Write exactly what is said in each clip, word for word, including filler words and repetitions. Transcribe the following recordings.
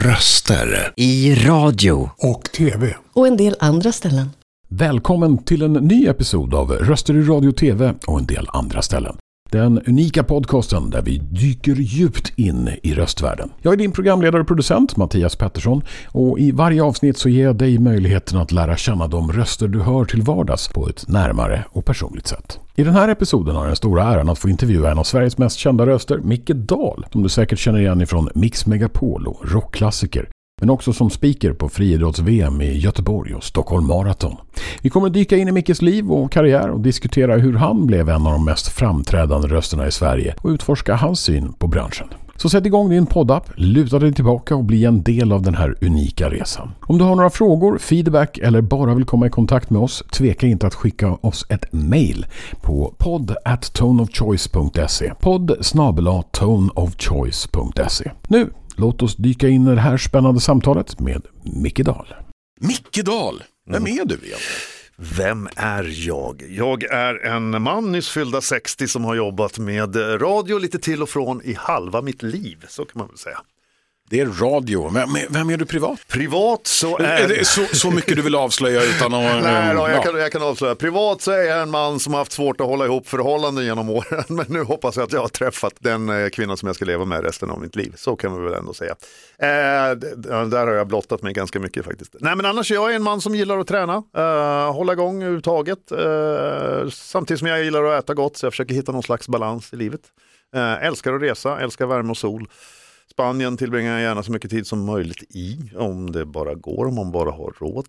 röster i radio och tv och en del andra ställen. Välkommen till en ny episod av Röster i radio och tv och en del andra ställen. Den unika podcasten där vi dyker djupt in i röstvärlden. Jag är din programledare och producent Mattias Pettersson och i varje avsnitt så ger jag dig möjligheten att lära känna de röster du hör till vardags på ett närmare och personligt sätt. I den här episoden har jag den stora äran att få intervjua en av Sveriges mest kända röster, Micke Dahl, som du säkert känner igen ifrån Mix Megapol och rockklassiker. Men också som speaker på friidrotts-V M i Göteborg och Stockholm Marathon. Vi kommer dyka in i Mickes liv och karriär och diskutera hur han blev en av de mest framträdande rösterna i Sverige och utforska hans syn på branschen. Så sätt igång din poddapp, luta dig tillbaka och bli en del av den här unika resan. Om du har några frågor, feedback eller bara vill komma i kontakt med oss, tveka inte att skicka oss ett mejl på podd at toneofchoice punkt se. podd snabel-a toneofchoice punkt se. Nu, låt oss dyka in i det här spännande samtalet med Micke Dahl. Micke Dahl, vem är du egentligen? Vem är jag? Jag är en man nyss fyllda sextio som har jobbat med radio lite till och från i halva mitt liv, så kan man väl säga. Det är radio. Men vem är du privat? Privat så är... Är det så, så mycket du vill avslöja utan att... Nej då, jag, ja. kan, jag kan avslöja. Privat så är jag en man som har haft svårt att hålla ihop förhållanden genom åren. Men nu hoppas jag att jag har träffat den kvinnan som jag ska leva med resten av mitt liv. Så kan vi väl ändå säga. Eh, där har jag blottat mig ganska mycket faktiskt. Nej, men annars är jag en man som gillar att träna. Eh, hålla igång överhuvudtaget. Eh, samtidigt som jag gillar att äta gott. Så jag försöker hitta någon slags balans i livet. Eh, älskar att resa, älskar värme och sol. Spanien tillbringar jag gärna så mycket tid som möjligt i, om det bara går, om man bara har råd.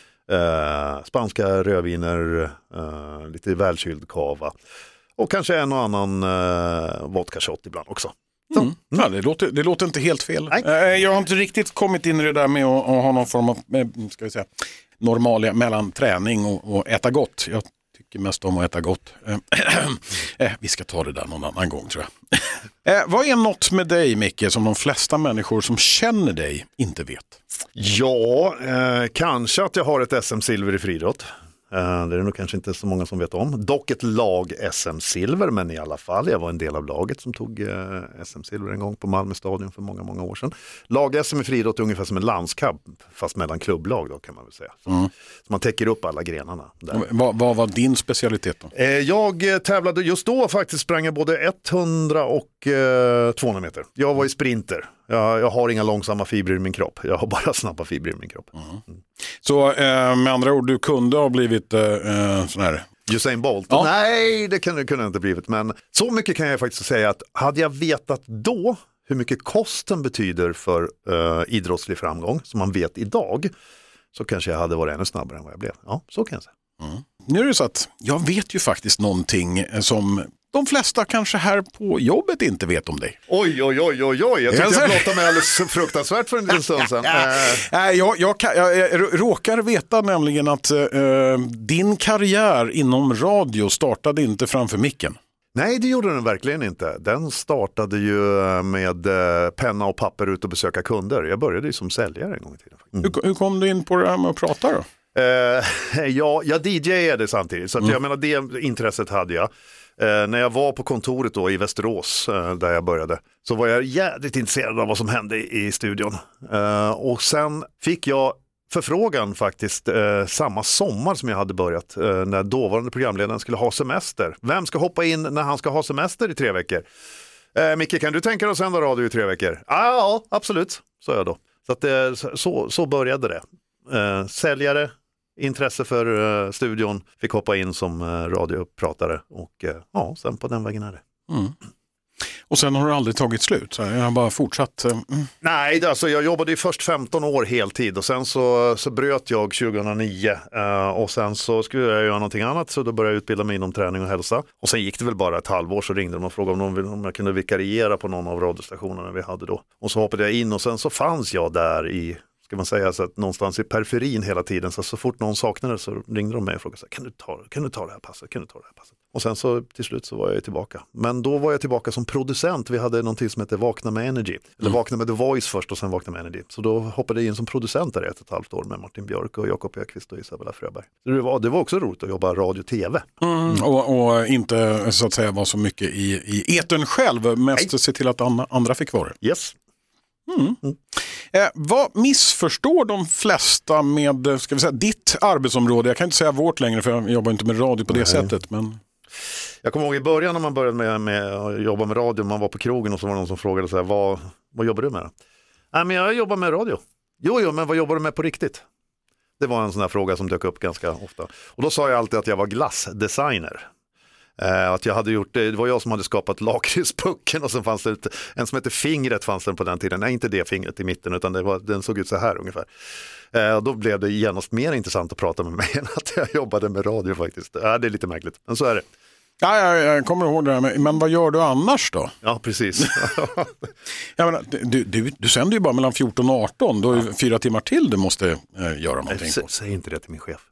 Eh, spanska rödviner, eh, lite välkyld kava och kanske en och annan eh, vodka shot ibland också. Mm. Ja, det, låter, det låter inte helt fel. Nej. Eh, jag har inte riktigt kommit in i det där med att, att ha någon form av eh, ska vi säga, normalia mellan träning och, och äta gott. Jag tycker mest om att äta gott. Eh, vi ska ta det där någon annan gång, tror jag. eh, vad är något med dig, Micke, som de flesta människor som känner dig inte vet? Ja, eh, kanske att jag har ett S M-silver i friidrott. Eh, det är nog kanske inte så många som vet om. Dock ett lag-S M-silver, men i alla fall. Jag var en del av laget som tog eh, S M-silver en gång på Malmö stadion för många, många år sedan. Lag-S M i friidrott är ungefär som en landskamp, fast mellan klubblag då, kan man väl säga. Så, mm. så man täcker upp alla grenarna. Där. Vad, vad var din specialitet då? Eh, jag tävlade just då faktiskt, sprang jag både hundra och eh, tvåhundra meter. Jag var i sprinter. Jag, jag har inga långsamma fibrer i min kropp. Jag har bara snabba fibrer i min kropp. Mm. Mm. Så eh, med andra ord, du kunde ha blivit eh, sån här... Usain Bolt? Ja. Nej, det kunde, kunde jag inte blivit. Men så mycket kan jag faktiskt säga att hade jag vetat då hur mycket kosten betyder för eh, idrottslig framgång som man vet idag, så kanske jag hade varit ännu snabbare än vad jag blev. Ja, så kan jag säga. Mm. Nu är det så att jag vet ju faktiskt någonting som de flesta kanske här på jobbet inte vet om dig. Oj, oj, oj, oj, oj. Jag tyckte jag blottade mig alldeles fruktansvärt för en liten stund sedan. Nej, jag, jag, jag, jag råkar veta nämligen att uh, din karriär inom radio startade inte framför micken. Nej, det gjorde den verkligen inte. Den startade ju med penna och papper ut och besöka kunder. Jag började ju som säljare en gång i tiden. Mm. Hur, hur kom du in på det här med att prata då? Uh, ja, jag D J:ade samtidigt. Så att mm. jag menar, det intresset hade jag. Uh, när jag var på kontoret då i Västerås, uh, där jag började, så var jag jävligt intresserad av vad som hände i, i studion. Uh, och sen fick jag förfrågan faktiskt uh, samma sommar som jag hade börjat, uh, när dåvarande programledaren skulle ha semester. Vem ska hoppa in när han ska ha semester i tre veckor? Uh, Micke, kan du tänka dig att sända radio i tre veckor? Ah, ja, absolut, sa jag då. Så, att, uh, så, så började det. Uh, säljare, intresse för uh, studion, fick hoppa in som uh, radiopratare och uh, ja, sen på den vägen är det. Mm. Och sen har du aldrig tagit slut, så jag har bara fortsatt. Uh, mm. Nej, alltså jag jobbade ju först femton år heltid och sen så, så bröt jag tjugohundranio uh, och sen så skulle jag göra någonting annat, så då började jag utbilda mig inom träning och hälsa. Och sen gick det väl bara ett halvår, så ringde de och frågade om, de, om jag kunde vikariera på någon av radiostationerna vi hade då. Och så hoppade jag in och sen så fanns jag där i, ska man säga, så att någonstans i periferin hela tiden. Så, så fort någon saknade så ringde de mig och frågade så här, kan du ta, kan du ta det här passet? Kan du ta det här passet? Och sen så till slut så var jag tillbaka. Men då var jag tillbaka som producent. Vi hade någonting som heter Vakna med Energy. Eller mm. Vakna med The Voice först och sen Vakna med Energy. Så då hoppade jag in som producent där ett och ett halvt år med Martin Björk och Jakob Ekvist och Isabella Fröberg. Det var, det var också roligt att jobba radio-tv. Mm. Och, och inte så att säga vara så mycket i, i etern själv. Mest Nej. Se till att andra, andra fick vara. Yes. Mm. Mm. Eh, vad missförstår de flesta med, ska vi säga, ditt arbetsområde? Jag kan inte säga vårt längre för jag jobbar inte med radio på det Nej. sättet. Men... Jag kommer ihåg i början när man började med, med att jobba med radio, man var på krogen och så var det någon som frågade så här, vad, vad jobbar du med? Nej, men jag jobbar med radio. Jo, jo, men vad jobbar du med på riktigt? Det var en sån här fråga som dök upp ganska ofta. Och då sa jag alltid att jag var glassdesigner. Eh, att jag hade gjort det, det var jag som hade skapat lakritspucken och sen fanns det en som hette Fingret fanns den på den tiden. Nej, inte det fingret i mitten utan det var, den såg ut så här ungefär. Eh, och då blev det genast mer intressant att prata med mig än att jag jobbade med radio faktiskt. Ja, det är lite märkligt, men så är det. Ja, jag, jag kommer ihåg det här, men, men vad gör du annars då? Ja, precis. jag menar, du, du, du sänder ju bara mellan fjorton och arton, då är det ja. fyra timmar till du måste eh, göra någonting på. Säg inte det till min chef.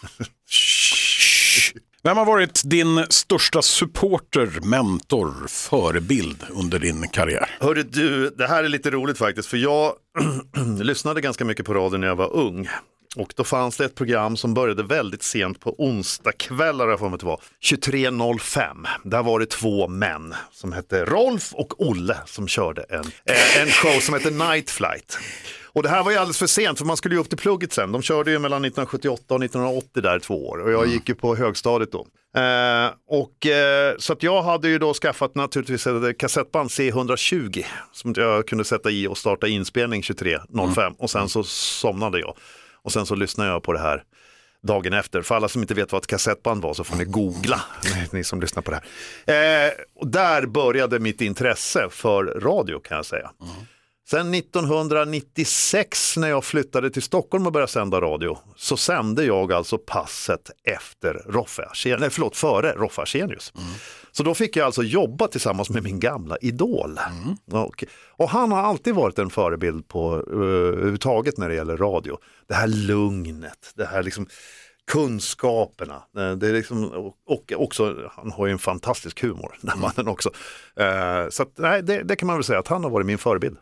Vem har varit din största supporter, mentor, förebild under din karriär? Hörru du, det här är lite roligt faktiskt, för jag lyssnade ganska mycket på radio när jag var ung. Och då fanns det ett program som började väldigt sent på onsdagskvällar, jag får mig att det var tjugotre noll fem. Där var det två män som hette Rolf och Olle som körde en, en show som hette Night Flight. Och det här var ju alldeles för sent för man skulle ju upp till plugget sen. De körde ju mellan nittonhundrasjuttioåtta och nittonhundraåttio där två år och jag gick ju på högstadiet då. Eh, och eh, så att jag hade ju då skaffat naturligtvis ett kassettband C etthundratjugo som jag kunde sätta i och starta inspelning tjugotre noll fem mm. och sen så somnade jag. Och sen så lyssnade jag på det här dagen efter. För alla som inte vet vad ett kassettband var så får ni googla, ni som lyssnar på det här. Eh, och där började mitt intresse för radio kan jag säga. Mm. Sen nittonhundranittiosex när jag flyttade till Stockholm och började sända radio så sände jag alltså passet efter Roffe, nej förlåt, före Roffe Arsenius. Mm. Så då fick jag alltså jobba tillsammans med min gamla idol. Mm. Och, och han har alltid varit en förebild på uh, överhuvudtaget när det gäller radio. Det här lugnet, det här liksom kunskaperna. Det är liksom, och också, han har ju en fantastisk humor, den mannen mm. också. Uh, så att, nej, det, det kan man väl säga att han har varit min förebild.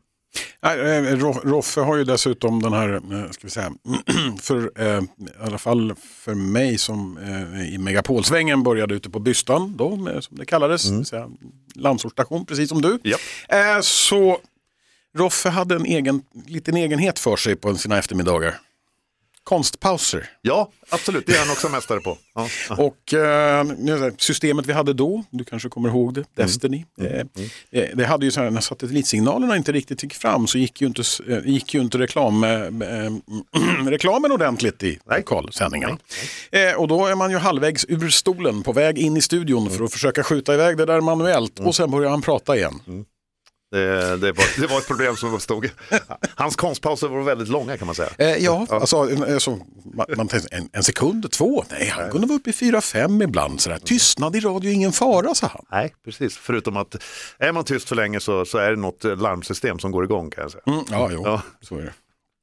Roffe har ju dessutom den här, ska vi säga, för, eh, i alla fall för mig som eh, i Megapolsvängen började ute på Bystan då, med, som det kallades, mm. säga, landsortsstation, precis som du. Yep. Eh, så Roffe hade en egen, liten egenhet för sig på sina eftermiddagar. Konstpauser. Ja, absolut. Det är han också mästare på. Ja. Och eh, systemet vi hade då, du kanske kommer ihåg det, Destiny. Mm. Mm. Eh, det hade ju så här, när satellitsignalerna inte riktigt gick fram så gick ju inte, gick ju inte reklam, eh, reklamen ordentligt i lokalsändningarna. Eh, och då är man ju halvvägs ur stolen på väg in i studion mm. för att försöka skjuta iväg det där manuellt mm. och sen börjar han prata igen. Mm. Det, det, var, det var ett problem som stod. Hans konstpauser var väldigt långa kan man säga. Eh, ja, ja, alltså så, man, man tänkte, en, en sekund, två. Nej, han kunde vara uppe i fyra, fem ibland. Sådär. Tystnad i radio, ingen fara, sa han. Nej, precis. Förutom att är man tyst för länge så, så är det något larmsystem som går igång kan jag säga. Mm, ja, jo, ja. Så är det.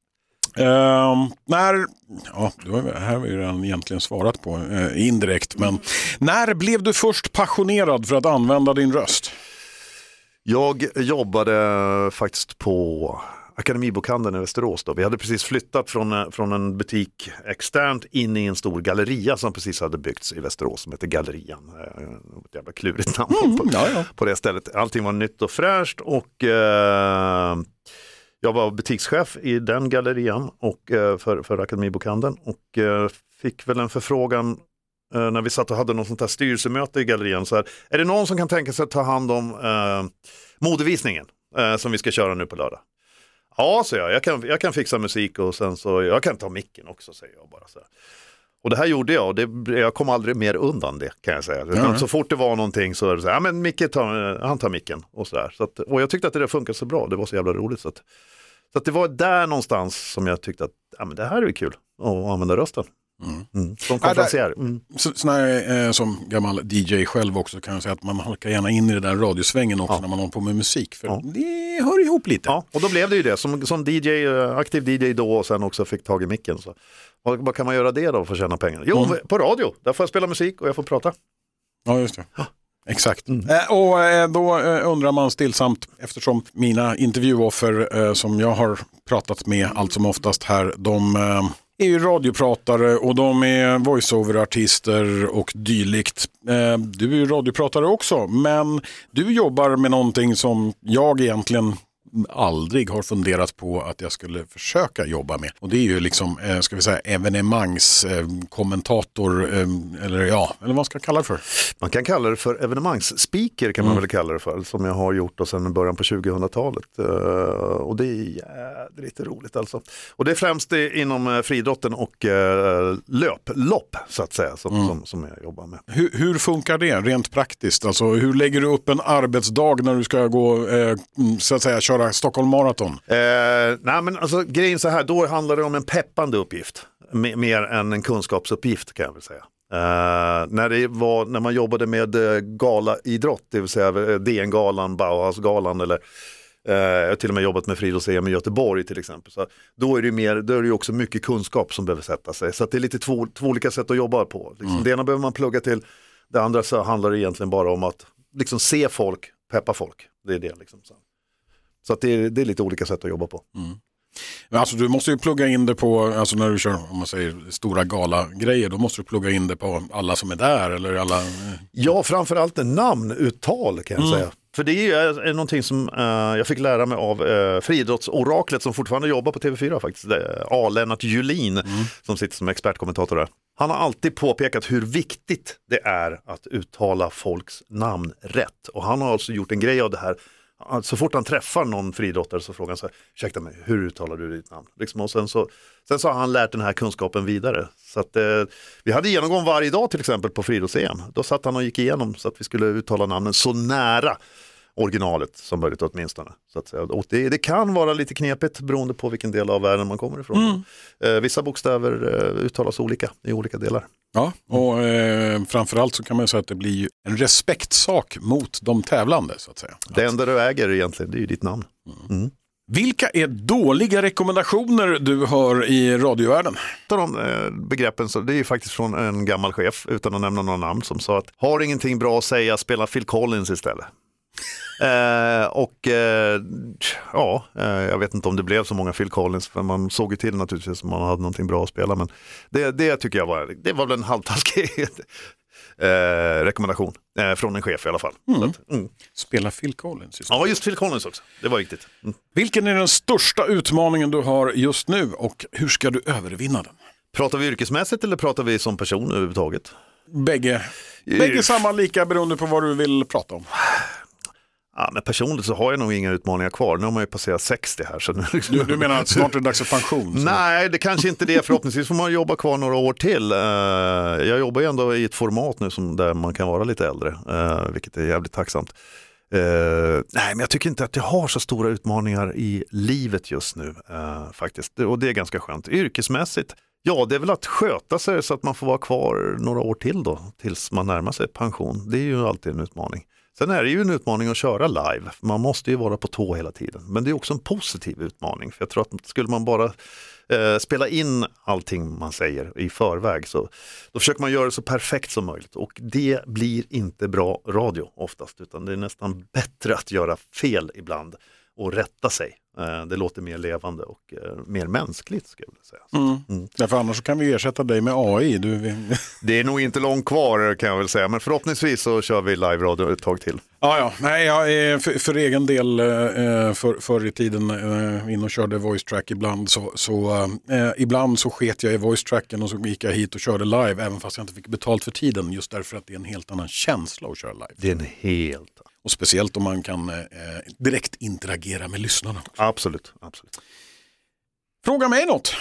Uh, när, ja, det här har vi redan egentligen svarat på uh, indirekt. Men när blev du först passionerad för att använda din röst? Jag jobbade faktiskt på Akademibokhandeln i Västerås då. Vi hade precis flyttat från, från en butik externt in i en stor galleria som precis hade byggts i Västerås som heter Gallerian. Ett jävla klurigt namn mm, på, ja, ja. på det stället. Allting var nytt och fräscht och eh, jag var butikschef i den gallerian och, eh, för, för Akademibokhandeln och eh, fick väl en förfrågan Uh, när vi satt och hade något sånt här styrelsemöte i gallerian så här, är det någon som kan tänka sig att ta hand om uh, modevisningen uh, som vi ska köra nu på lördag? Ja, så jag, jag kan, jag kan fixa musik och sen så, jag kan ta micken också, säger jag bara så här. Och det här gjorde jag och det, jag kom aldrig mer undan det kan jag säga. Mm. Så fort det var någonting så är det så här, ja men Micke tar, han tar micken och så där. Så att, och jag tyckte att det där funkade så bra, det var så jävla roligt. Så att, så att det var där någonstans som jag tyckte att ja, men det här är kul att använda rösten. Mm. Mm. Som konferenser. Mm. Så, så när, eh, som gammal D J själv också kan jag säga att man halkar gärna in i det där radiosvängen också ja. när man håller på med musik. För ja. det hör ihop lite. Ja, och då blev det ju det. Som, som D J, aktiv D J då och sen också fick tag i micken. Så. Vad, vad kan man göra det då för att tjäna pengar? Jo, mm. på radio. Där får jag spela musik och jag får prata. Ja, just det. Ja. Exakt. Mm. Eh, och eh, då eh, undrar man stillsamt, eftersom mina intervjuoffer eh, som jag har pratat med allt som oftast här, de... Eh, är ju radiopratare och de är voiceover-artister och dylikt. Du är ju radiopratare också, men du jobbar med någonting som jag egentligen aldrig har funderat på att jag skulle försöka jobba med. Och det är ju liksom, eh, ska vi säga, evenemangskommentator eh, eller ja, eller vad man ska kalla det för. Man kan kalla det för evenemangsspeaker kan man mm. väl kalla det för, som jag har gjort och sedan början på tjugohundratalet. Uh, och det är jädrigt roligt alltså. Och det är främst inom friidrotten och uh, löplopp så att säga som, mm. som, som jag jobbar med. Hur, hur funkar det rent praktiskt? Alltså, hur lägger du upp en arbetsdag när du ska gå eh, så att säga köra Stockholm Marathon? Eh, nej men alltså grejen så här, då handlar det om en peppande uppgift m- mer än en kunskapsuppgift kan jag väl säga. Uh, när, det var, när man jobbade med uh, galaidrott, det vill säga uh, D N-galan, Bauhaus-galan eller uh, jag har till och med jobbat med friidrotts-E M i Göteborg till exempel. Så då är det, mer, då är det också mycket kunskap som behöver sätta sig. Så att det är lite två, två olika sätt att jobba på. Liksom, mm. Det ena behöver man plugga till, det andra så handlar det egentligen bara om att liksom, se folk, peppa folk. Det är det liksom. Så, så att det, är, det är lite olika sätt att jobba på. Mm. Men alltså du måste ju plugga in det på, alltså när du kör om man säger stora gala-grejer, då måste du plugga in det på alla som är där eller alla... Ja, framförallt en namnuttal kan jag mm. säga. För det är ju är någonting som uh, jag fick lära mig av uh, friidrottsoraklet som fortfarande jobbar på T V fyra faktiskt, A. Lennart Julin mm. som sitter som expertkommentator där. Han har alltid påpekat hur viktigt det är att uttala folks namn rätt. Och han har alltså gjort en grej av det här. Så fort han träffar någon friidrottare så frågar han så här, ursäkta mig, hur uttalar du ditt namn? Liksom, och sen så, sen så har han lärt den här kunskapen vidare. Så att, eh, vi hade genomgång varje dag till exempel på friidrotts-E M. Då satt han och gick igenom så att vi skulle uttala namnen så nära originalet som möjligt åtminstone. Så att säga. Och det, det kan vara lite knepigt beroende på vilken del av världen man kommer ifrån. Mm. Eh, vissa bokstäver eh, uttalas olika i olika delar. Ja, och eh, framförallt så kan man säga att det blir ju en respektsak mot de tävlande så att säga. Det enda du äger egentligen, det är ju ditt namn. Mm. Mm. Vilka är dåliga rekommendationer du hör i radiovärlden? De eh, begreppen, så det är ju faktiskt från en gammal chef utan att nämna några namn som sa att har ingenting bra att säga, spela Phil Collins istället. Eh, och eh, ja, eh, jag vet inte om det blev så många Phil Collins för man såg ju till naturligtvis om man hade någonting bra att spela, men det, det tycker jag var, det var väl en halvtaskig eh, rekommendation eh, från en chef i alla fall. Mm. Så att, mm. Spela Phil Collins istället. Ja, just Phil Collins också, det var riktigt. Mm. Vilken är den största utmaningen du har just nu och hur ska du övervinna den? Pratar vi yrkesmässigt eller pratar vi som person överhuvudtaget? Bägge, Bägge samma lika beroende på vad du vill prata om. Ja, men personligt så har jag nog inga utmaningar kvar. Nu har man ju passerat sextio här. Så nu liksom... du, du menar att snart är det dags för pension? Så. Nej, det kanske inte det. Förhoppningsvis får man jobba kvar några år till. Jag jobbar ju ändå i ett format nu som där man kan vara lite äldre, vilket är jävligt tacksamt. Nej, men jag tycker inte att jag har så stora utmaningar i livet just nu faktiskt. Och det är ganska skönt. Yrkesmässigt, ja, det är väl att sköta sig så att man får vara kvar några år till då, tills man närmar sig pension. Det är ju alltid en utmaning. Sen är det ju en utmaning att köra live. Man måste ju vara på tå hela tiden. Men det är också en positiv utmaning. För jag tror att skulle man bara eh, spela in allting man säger i förväg så då försöker man göra det så perfekt som möjligt. Och det blir inte bra radio oftast. Utan det är nästan bättre att göra fel ibland och rätta sig. Eh, det låter mer levande och eh, mer mänskligt skulle jag säga. Mm. Mm. Därför annars så kan vi ersätta dig med A I. Du... Det är nog inte långt kvar kan jag väl säga. Men förhoppningsvis så kör vi live-radio ett tag till. Ja, ja. Nej, jag är för, för egen del eh, för, förr i tiden eh, in och körde voice track ibland. Så, så, eh, ibland så sket jag i voice tracken och så gick jag hit och körde live. Även fast jag inte fick betalt för tiden. Just därför att det är en helt annan känsla att köra live. Det är en helt... Och speciellt om man kan eh, direkt interagera med lyssnarna. Absolut, absolut. Fråga mig något.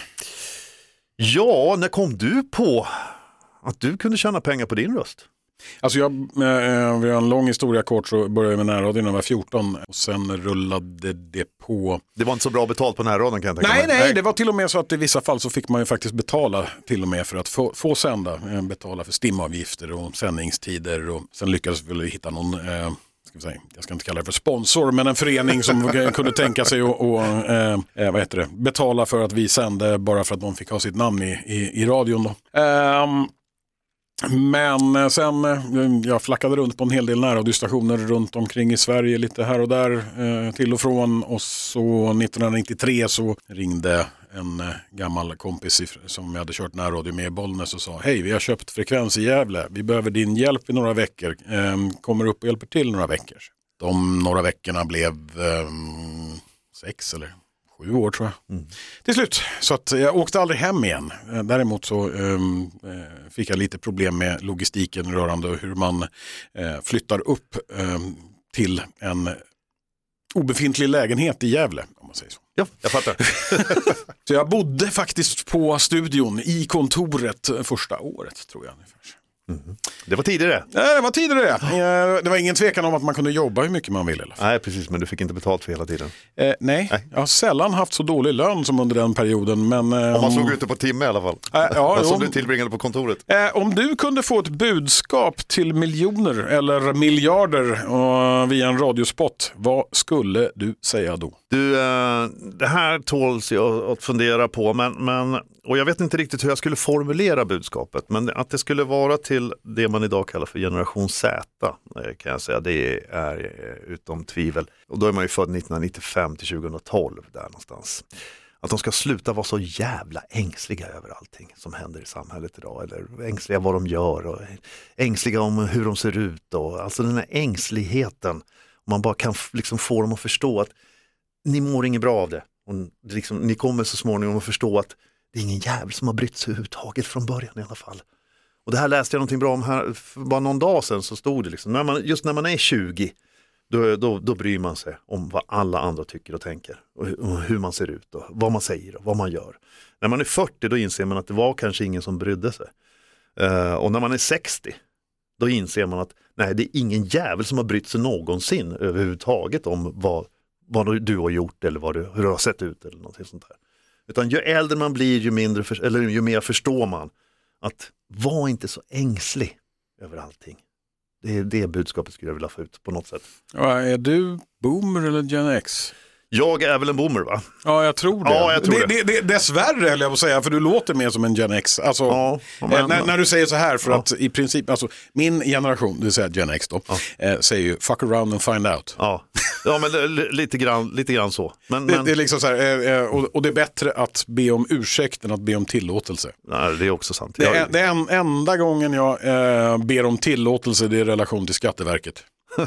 Ja, när kom du på att du kunde tjäna pengar på din röst? Alltså jag, eh, vi har en lång historia kort, så började jag med närradion när jag var fjorton och sen rullade det på. Det var inte så bra betalt på närradion kan jag tänka nej, mig. Nej, det var till och med så att i vissa fall så fick man ju faktiskt betala till och med för att få, få sända. Betala för stimavgifter och sändningstider och sen lyckades vi hitta någon... Eh, Ska vi säga, jag ska inte kalla det för sponsor, men en förening som kunde tänka sig att och, eh, vad heter det, betala för att vi sände bara för att de fick ha sitt namn i, i, i radion. Då. Eh, men sen jag flackade runt på en hel del närradiostationer runt omkring i Sverige lite här och där eh, till och från, och så nittonhundranittiotre så ringde en gammal kompis som jag hade kört närradio med i Bollnäs och sa: hej, vi har köpt frekvens i Gävle, vi behöver din hjälp i några veckor, ehm, kommer upp och hjälper till några veckor. De några veckorna blev ehm, sex eller sju år tror jag. Mm. Till slut. Så att jag åkte aldrig hem igen. Däremot så um, fick jag lite problem med logistiken rörande hur man uh, flyttar upp um, till en obefintlig lägenhet i Gävle, om man säger så. Ja, jag fattar. Så jag bodde faktiskt på studion i kontoret första året, tror jag. Mm. Det var tidigare. Nej, det var tidigare. Det var ingen tvekan om att man kunde jobba hur mycket man ville. Nej, precis, men du fick inte betalt för hela tiden. Eh, nej. nej, jag har sällan haft så dålig lön som under den perioden. Men, eh, om man såg ute på timme i alla fall. Eh, ja, som om, du tillbringade på kontoret. Eh, om du kunde få ett budskap till miljoner eller miljarder uh, via en radiospot, vad skulle du säga då? Du, eh, det här tåls jag att fundera på, men, men, och jag vet inte riktigt hur jag skulle formulera budskapet, men att det skulle vara till det man idag kallar för generation Z, kan jag säga, det är utom tvivel. Och då är man ju född nittonhundranittiofem till tjugohundratolv där någonstans. Att de ska sluta vara så jävla ängsliga över allting som händer i samhället idag, eller ängsliga vad de gör och ängsliga om hur de ser ut, och alltså den här ängsligheten, man bara kan liksom få dem att förstå att ni mår inget bra av det. Och liksom, ni kommer så småningom att förstå att det är ingen jävel som har brytt sig överhuvudtaget från början i alla fall. Och det här läste jag någonting bra om här för bara någon dag sedan, så stod det liksom, när man, just när man är tjugo då, då, då bryr man sig om vad alla andra tycker och tänker och, och hur man ser ut och vad man säger och vad man gör. När man är fyrtio då inser man att det var kanske ingen som brydde sig. Uh, och när man är sextio då inser man att nej, det är ingen jävel som har brytt sig någonsin överhuvudtaget om vad vad du har gjort eller vad du, hur du har sett ut eller något sånt där. Utan ju äldre man blir, ju mindre för, eller ju mer förstår man att var inte så ängslig över allting. Det är det budskapet skulle jag vilja få ut på något sätt. Ja, är du boomer eller Gen X? Jag är väl en boomer, va? Ja, jag tror det. Ja, jag tror det, det. det, det dessvärre, höll jag på att säga, för du låter mer som en Gen X. Alltså, ja, men, när, när du säger så här, för ja. att i princip, alltså, min generation, det vill säga Gen X då, ja. eh, säger ju fuck around and find out. Ja, ja men lite grann, lite grann så. Men, det, men... det är liksom så här, eh, och, och det är bättre att be om ursäkt än att be om tillåtelse. Nej, det är också sant. Det jag... är, det är en, enda gången jag eh, ber om tillåtelse, det är i relation till Skatteverket.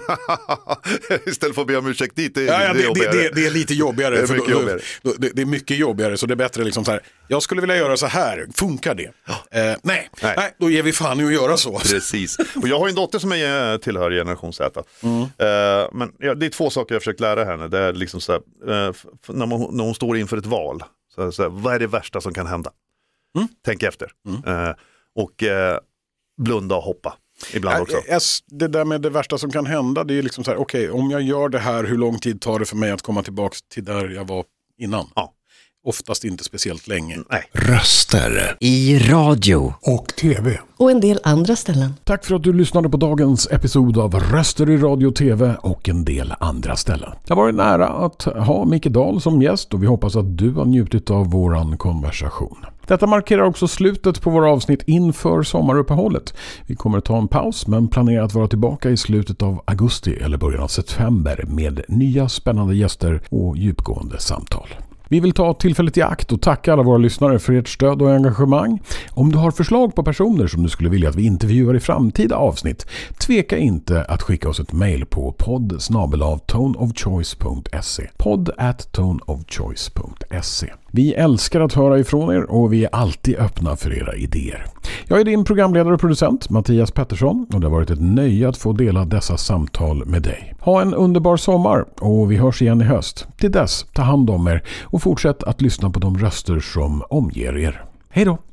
Istället för att be om ursäkt dit, det är, ja, ja, det, det, det, det är lite jobbigare. Det är mycket för då, jobbigare. Då, det, det är mycket jobbigare, så det är bättre liksom så här, jag skulle vilja göra så här, funkar det? Ja. Eh, nej. nej, nej, då ger vi fan i att göra så. Precis, och jag har en dotter som är tillhör generation Z. Mm. Eh, men ja, det är två saker jag försökt lära henne. Det är liksom så här, eh, när, man, när hon står inför ett val, så, så här, vad är det värsta som kan hända? Mm. Tänk efter. Mm. Eh, och eh, blunda och hoppa. Ibland också. Det där med det värsta som kan hända, det är liksom så här, okej, okay, om jag gör det här, hur lång tid tar det för mig att komma tillbaka till där jag var innan? Ja. Oftast inte speciellt länge. Nej. Röster i radio och tv. Och en del andra ställen. Tack för att du lyssnade på dagens episod av Röster i radio och tv och en del andra ställen. Det har varit nära att ha Micke Dahl som gäst och vi hoppas att du har njutit av våran konversation. Detta markerar också slutet på våra avsnitt inför sommaruppehållet. Vi kommer att ta en paus men planerar att vara tillbaka i slutet av augusti eller början av september med nya spännande gäster och djupgående samtal. Vi vill ta tillfället i akt och tacka alla våra lyssnare för ert stöd och engagemang. Om du har förslag på personer som du skulle vilja att vi intervjuar i framtida avsnitt, tveka inte att skicka oss ett mejl på podd snabel-a toneofchoice punkt se. podd at toneofchoice punkt se. Vi älskar att höra ifrån er och vi är alltid öppna för era idéer. Jag är din programledare och producent Mattias Pettersson och det har varit ett nöje att få dela dessa samtal med dig. Ha en underbar sommar och vi hörs igen i höst. Till dess, ta hand om er och fortsätt att lyssna på de röster som omger er. Hej då!